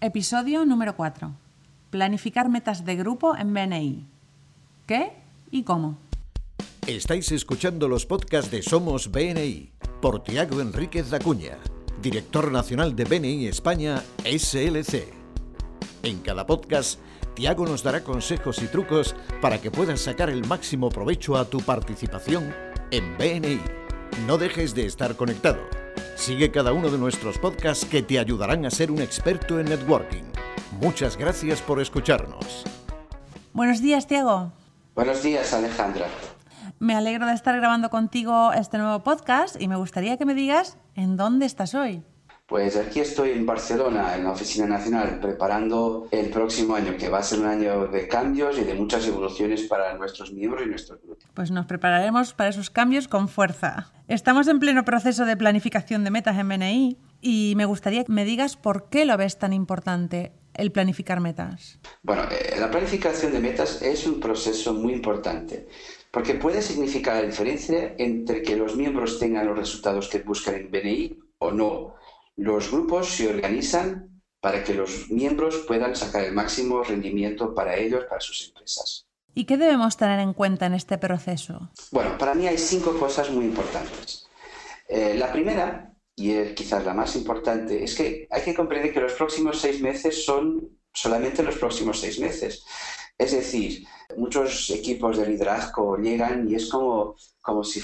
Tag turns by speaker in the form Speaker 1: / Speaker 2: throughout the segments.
Speaker 1: Episodio número 4. Planificar metas de grupo en BNI. ¿Qué y cómo?
Speaker 2: Estáis escuchando los podcasts de Somos BNI por Tiago Enríquez Acuña, director nacional de BNI España SLC. En cada podcast, Tiago nos dará consejos y trucos para que puedas sacar el máximo provecho a tu participación en BNI. No dejes de estar conectado. Sigue cada uno de nuestros podcasts que te ayudarán a ser un experto en networking. Muchas gracias por escucharnos.
Speaker 1: Buenos días, Tiago.
Speaker 3: Buenos días, Alejandra.
Speaker 1: Me alegro de estar grabando contigo este nuevo podcast y me gustaría que me digas en dónde estás hoy.
Speaker 3: Pues aquí estoy en Barcelona, en la Oficina Nacional, preparando el próximo año, que va a ser un año de cambios y de muchas evoluciones para nuestros miembros y nuestro grupo.
Speaker 1: Pues nos prepararemos para esos cambios con fuerza. Estamos en pleno proceso de planificación de metas en BNI y me gustaría que me digas por qué lo ves tan importante el planificar metas.
Speaker 3: Bueno, la planificación de metas es un proceso muy importante, porque puede significar la diferencia entre que los miembros tengan los resultados que buscan en BNI o no. Los grupos se organizan para que los miembros puedan sacar el máximo rendimiento para ellos, para sus empresas.
Speaker 1: ¿Y qué debemos tener en cuenta en este proceso?
Speaker 3: Bueno, para mí hay 5 cosas muy importantes. La primera, y es quizás la más importante, es que hay que comprender que los próximos 6 meses son solamente los próximos 6 meses. Es decir, muchos equipos de liderazgo llegan y es como si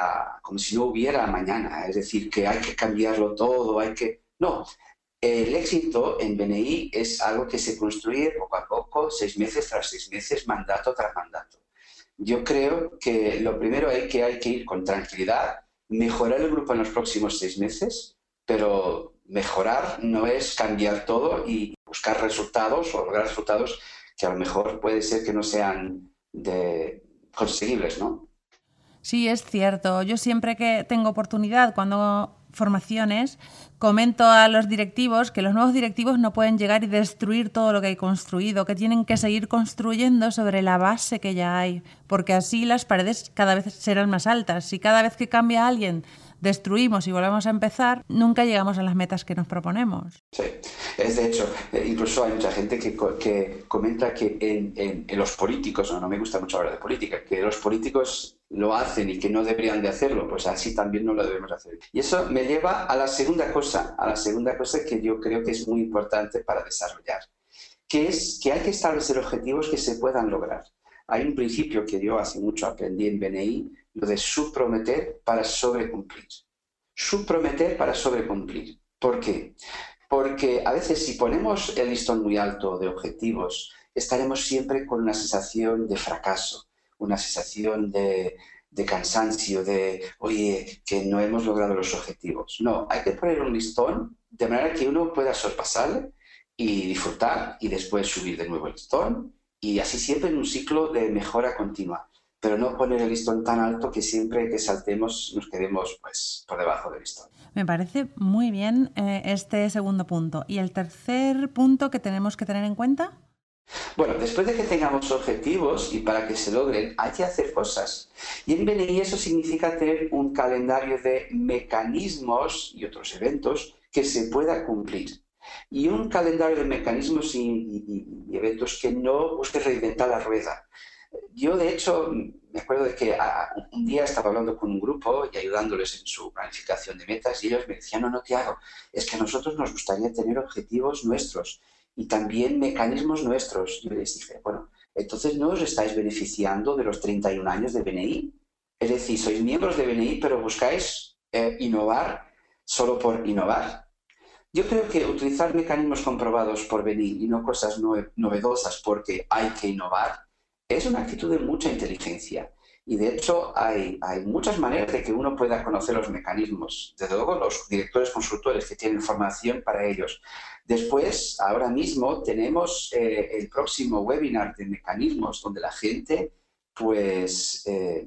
Speaker 3: no hubiera mañana. Es decir, que hay que cambiarlo todo, No, el éxito en BNI es algo que se construye poco a poco, 6 meses tras 6 meses, mandato tras mandato. Yo creo que lo primero es que hay que ir con tranquilidad, mejorar el grupo en los próximos 6 meses, pero mejorar no es cambiar todo y buscar resultados o lograr resultados que a lo mejor puede ser que no sean conseguibles, ¿no?
Speaker 1: Sí, es cierto. Yo siempre que tengo oportunidad, cuando hago formaciones, comento a los directivos que los nuevos directivos no pueden llegar y destruir todo lo que hay construido, que tienen que seguir construyendo sobre la base que ya hay, porque así las paredes cada vez serán más altas. Si cada vez que cambia alguien destruimos y volvemos a empezar, nunca llegamos a las metas que nos proponemos.
Speaker 3: Sí, es de hecho, incluso hay mucha gente que comenta que en los políticos, no me gusta mucho hablar de política, que los políticos lo hacen y que no deberían de hacerlo, pues así también no lo debemos hacer. Y eso me lleva a la segunda cosa que yo creo que es muy importante para desarrollar, que es que hay que establecer objetivos que se puedan lograr. Hay un principio que yo hace mucho aprendí en BNI, lo de subprometer para sobrecumplir. Subprometer para sobrecumplir. ¿Por qué? Porque a veces si ponemos el listón muy alto de objetivos, estaremos siempre con una sensación de fracaso, una sensación de cansancio, oye, que no hemos logrado los objetivos. No, hay que poner un listón de manera que uno pueda sorpasarle y disfrutar y después subir de nuevo el listón y así siempre en un ciclo de mejora continua. Pero no poner el listón tan alto que siempre que saltemos nos quedemos pues, por debajo del listón.
Speaker 1: Me parece muy bien este segundo punto. ¿Y el tercer punto que tenemos que tener en cuenta?
Speaker 3: Bueno, después de que tengamos objetivos y para que se logren, hay que hacer cosas. Y en BNI eso significa tener un calendario de mecanismos y otros eventos que se pueda cumplir. Y un calendario de mecanismos y eventos que no busque reinventar la rueda. Yo, de hecho, me acuerdo de que un día estaba hablando con un grupo y ayudándoles en su planificación de metas y ellos me decían, no, Tiago, es que a nosotros nos gustaría tener objetivos nuestros y también mecanismos nuestros. Yo les dije, bueno, entonces no os estáis beneficiando de los 31 años de BNI. Es decir, sois miembros de BNI, pero buscáis innovar solo por innovar. Yo creo que utilizar mecanismos comprobados por BNI y no cosas novedosas porque hay que innovar es una actitud de mucha inteligencia. Y de hecho hay muchas maneras de que uno pueda conocer los mecanismos. Desde luego los directores consultores que tienen formación para ellos. Después, ahora mismo tenemos el próximo webinar de mecanismos donde la gente pues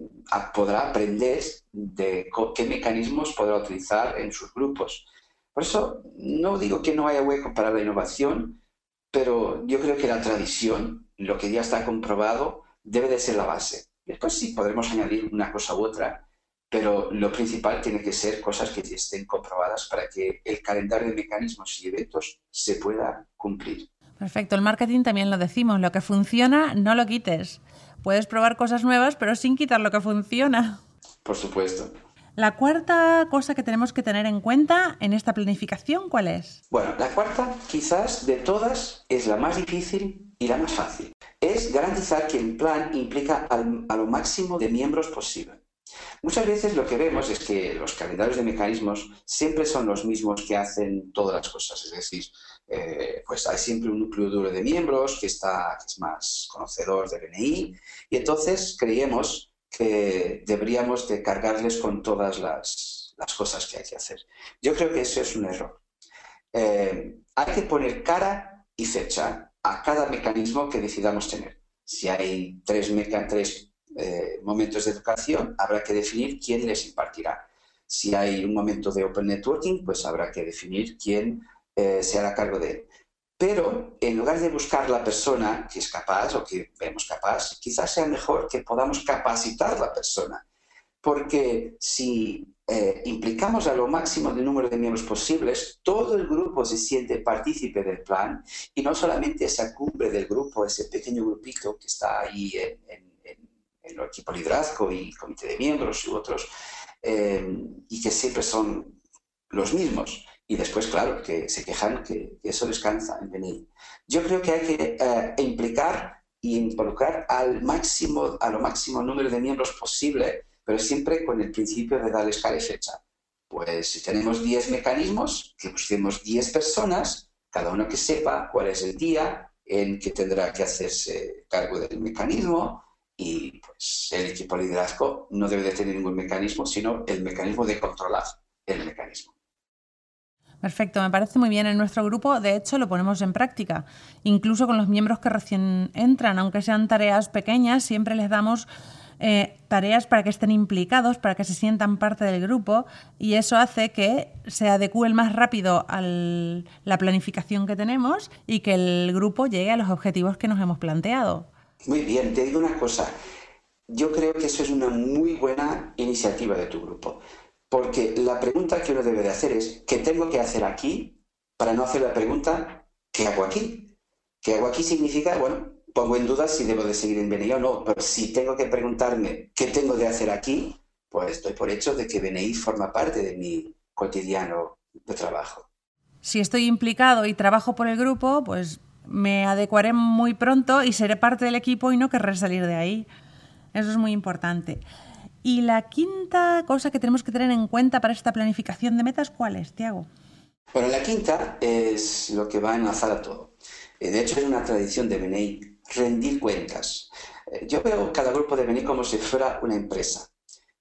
Speaker 3: podrá aprender de qué mecanismos podrá utilizar en sus grupos. Por eso no digo que no haya hueco para la innovación, pero yo creo que la tradición, lo que ya está comprobado, debe de ser la base. Después sí podremos añadir una cosa u otra, pero lo principal tiene que ser cosas que estén comprobadas para que el calendario de mecanismos y eventos se pueda cumplir.
Speaker 1: Perfecto, el marketing también lo decimos, lo que funciona no lo quites. Puedes probar cosas nuevas, pero sin quitar lo que funciona.
Speaker 3: Por supuesto.
Speaker 1: La cuarta cosa que tenemos que tener en cuenta en esta planificación, ¿cuál es?
Speaker 3: Bueno, la cuarta, quizás de todas, es la más difícil y la más fácil. Es garantizar que el plan implica a lo máximo de miembros posible. Muchas veces lo que vemos es que los calendarios de mecanismos siempre son los mismos que hacen todas las cosas, es decir, pues hay siempre un núcleo duro de miembros que es más conocedor de BNI y entonces creemos que deberíamos de cargarles con todas las cosas que hay que hacer. Yo creo que eso es un error. Hay que poner cara y fecha a cada mecanismo que decidamos tener. Si hay tres momentos de educación, habrá que definir quién les impartirá. Si hay un momento de Open Networking, pues habrá que definir quién se hará cargo de él. Pero en lugar de buscar la persona que es capaz o que vemos capaz, quizás sea mejor que podamos capacitar a la persona. Porque si implicamos a lo máximo de número de miembros posibles, todo el grupo se siente partícipe del plan y no solamente esa cumbre del grupo, ese pequeño grupito que está ahí en el equipo liderazgo y comité de miembros y otros, y que siempre son los mismos. Y después, claro, que se quejan que eso les cansa en BNI. Yo creo que hay que implicar y involucrar a lo máximo número de miembros posible, pero siempre con el principio de darles cara y fecha. Pues si tenemos 10 mecanismos, que busquemos 10 personas, cada uno que sepa cuál es el día en que tendrá que hacerse cargo del mecanismo, y pues el equipo de liderazgo no debe de tener ningún mecanismo, sino el mecanismo de controlar el mecanismo.
Speaker 1: Perfecto, me parece muy bien. En nuestro grupo, de hecho, lo ponemos en práctica. Incluso con los miembros que recién entran, aunque sean tareas pequeñas, siempre les damos tareas para que estén implicados, para que se sientan parte del grupo, y eso hace que se adecúe más rápido a la planificación que tenemos y que el grupo llegue a los objetivos que nos hemos planteado.
Speaker 3: Muy bien, te digo una cosa. Yo creo que eso es una muy buena iniciativa de tu grupo. Porque la pregunta que uno debe de hacer es ¿qué tengo que hacer aquí? Para no hacer la pregunta ¿qué hago aquí? ¿Qué hago aquí? Significa, bueno, pongo en duda si debo de seguir en BNI o no, pero si tengo que preguntarme ¿qué tengo de hacer aquí? Pues doy por hecho de que BNI forma parte de mi cotidiano de trabajo.
Speaker 1: Si estoy implicado y trabajo por el grupo, pues me adecuaré muy pronto y seré parte del equipo y no querré salir de ahí. Eso es muy importante. Y la quinta cosa que tenemos que tener en cuenta para esta planificación de metas, ¿cuál es, Tiago?
Speaker 3: Bueno, la quinta es lo que va a enlazar a todo. De hecho, es una tradición de BNI, rendir cuentas. Yo veo cada grupo de BNI como si fuera una empresa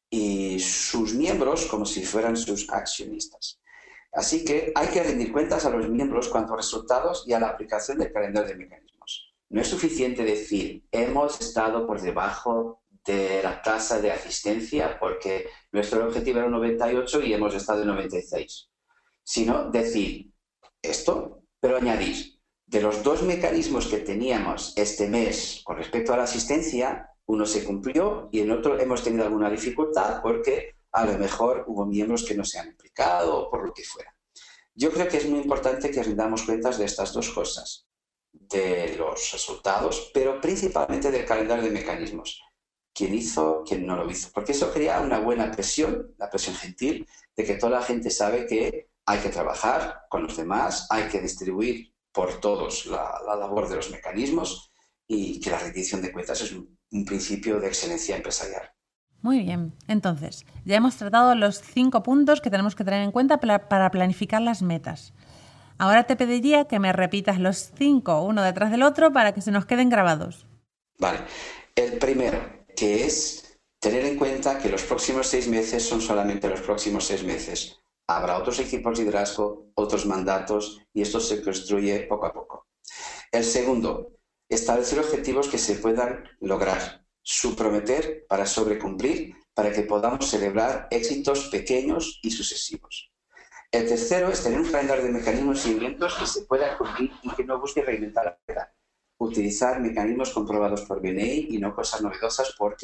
Speaker 3: y sus miembros como si fueran sus accionistas. Así que hay que rendir cuentas a los miembros cuanto a resultados y a la aplicación del calendario de mecanismos. No es suficiente decir, hemos estado por debajo de la tasa de asistencia porque nuestro objetivo era un 98 y hemos estado en 96. Sino decir esto, pero añadir, de los 2 mecanismos que teníamos este mes con respecto a la asistencia, uno se cumplió y en otro hemos tenido alguna dificultad porque a lo mejor hubo miembros que no se han implicado o por lo que fuera. Yo creo que es muy importante que rindamos cuentas de estas 2 cosas, de los resultados, pero principalmente del calendario de mecanismos. Quién hizo, quién no lo hizo, porque eso crea una buena presión, la presión gentil, de que toda la gente sabe que hay que trabajar con los demás, hay que distribuir por todos la labor de los mecanismos y que la rendición de cuentas es un principio de excelencia empresarial.
Speaker 1: Muy bien, entonces, ya hemos tratado los 5 puntos que tenemos que tener en cuenta para planificar las metas. Ahora te pediría que me repitas los 5 uno detrás del otro para que se nos queden grabados.
Speaker 3: Vale, el primero, que es tener en cuenta que los próximos 6 meses son solamente los próximos 6 meses. Habrá otros equipos de liderazgo, otros mandatos, y esto se construye poco a poco. El segundo, establecer objetivos que se puedan lograr, subprometer para sobrecumplir, para que podamos celebrar éxitos pequeños y sucesivos. El tercero es tener un calendario de mecanismos y eventos que se puedan cumplir y que no busque reinventar la rueda. Utilizar mecanismos comprobados por BNI y no cosas novedosas porque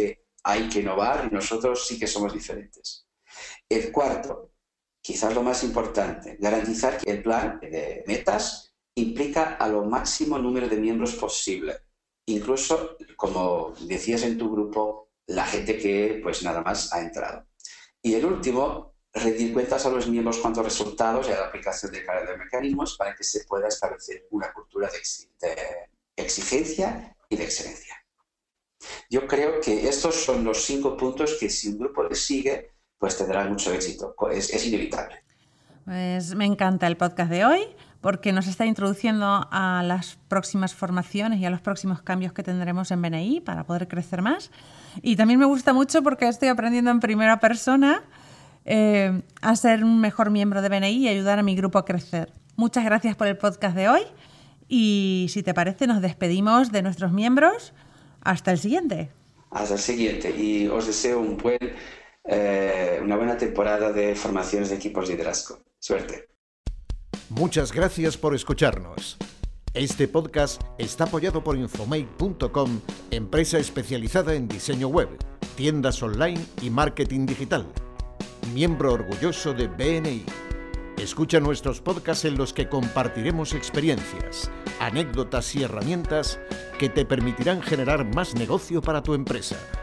Speaker 3: hay que innovar y nosotros sí que somos diferentes. El cuarto, quizás lo más importante, garantizar que el plan de metas implica a lo máximo número de miembros posible. Incluso, como decías en tu grupo, la gente que pues nada más ha entrado. Y el último, rendir cuentas a los miembros cuanto resultados y a la aplicación de mecanismos para que se pueda establecer una cultura de exigencia y de excelencia. Yo creo que estos son los 5 puntos que si un grupo les sigue, pues tendrá mucho éxito. Es inevitable.
Speaker 1: Pues me encanta el podcast de hoy porque nos está introduciendo a las próximas formaciones y a los próximos cambios que tendremos en BNI para poder crecer más. Y también me gusta mucho porque estoy aprendiendo en primera persona a ser un mejor miembro de BNI y ayudar a mi grupo a crecer. Muchas gracias por el podcast de hoy y si te parece nos despedimos de nuestros miembros. Hasta el siguiente.
Speaker 3: Hasta el siguiente y os deseo una buena temporada de formaciones de equipos de liderazgo. Suerte.
Speaker 2: Muchas gracias por escucharnos. Este podcast está apoyado por Infomake.com, empresa especializada en diseño web, tiendas online y marketing digital. Miembro orgulloso de BNI. Escucha nuestros podcasts en los que compartiremos experiencias, anécdotas y herramientas que te permitirán generar más negocio para tu empresa.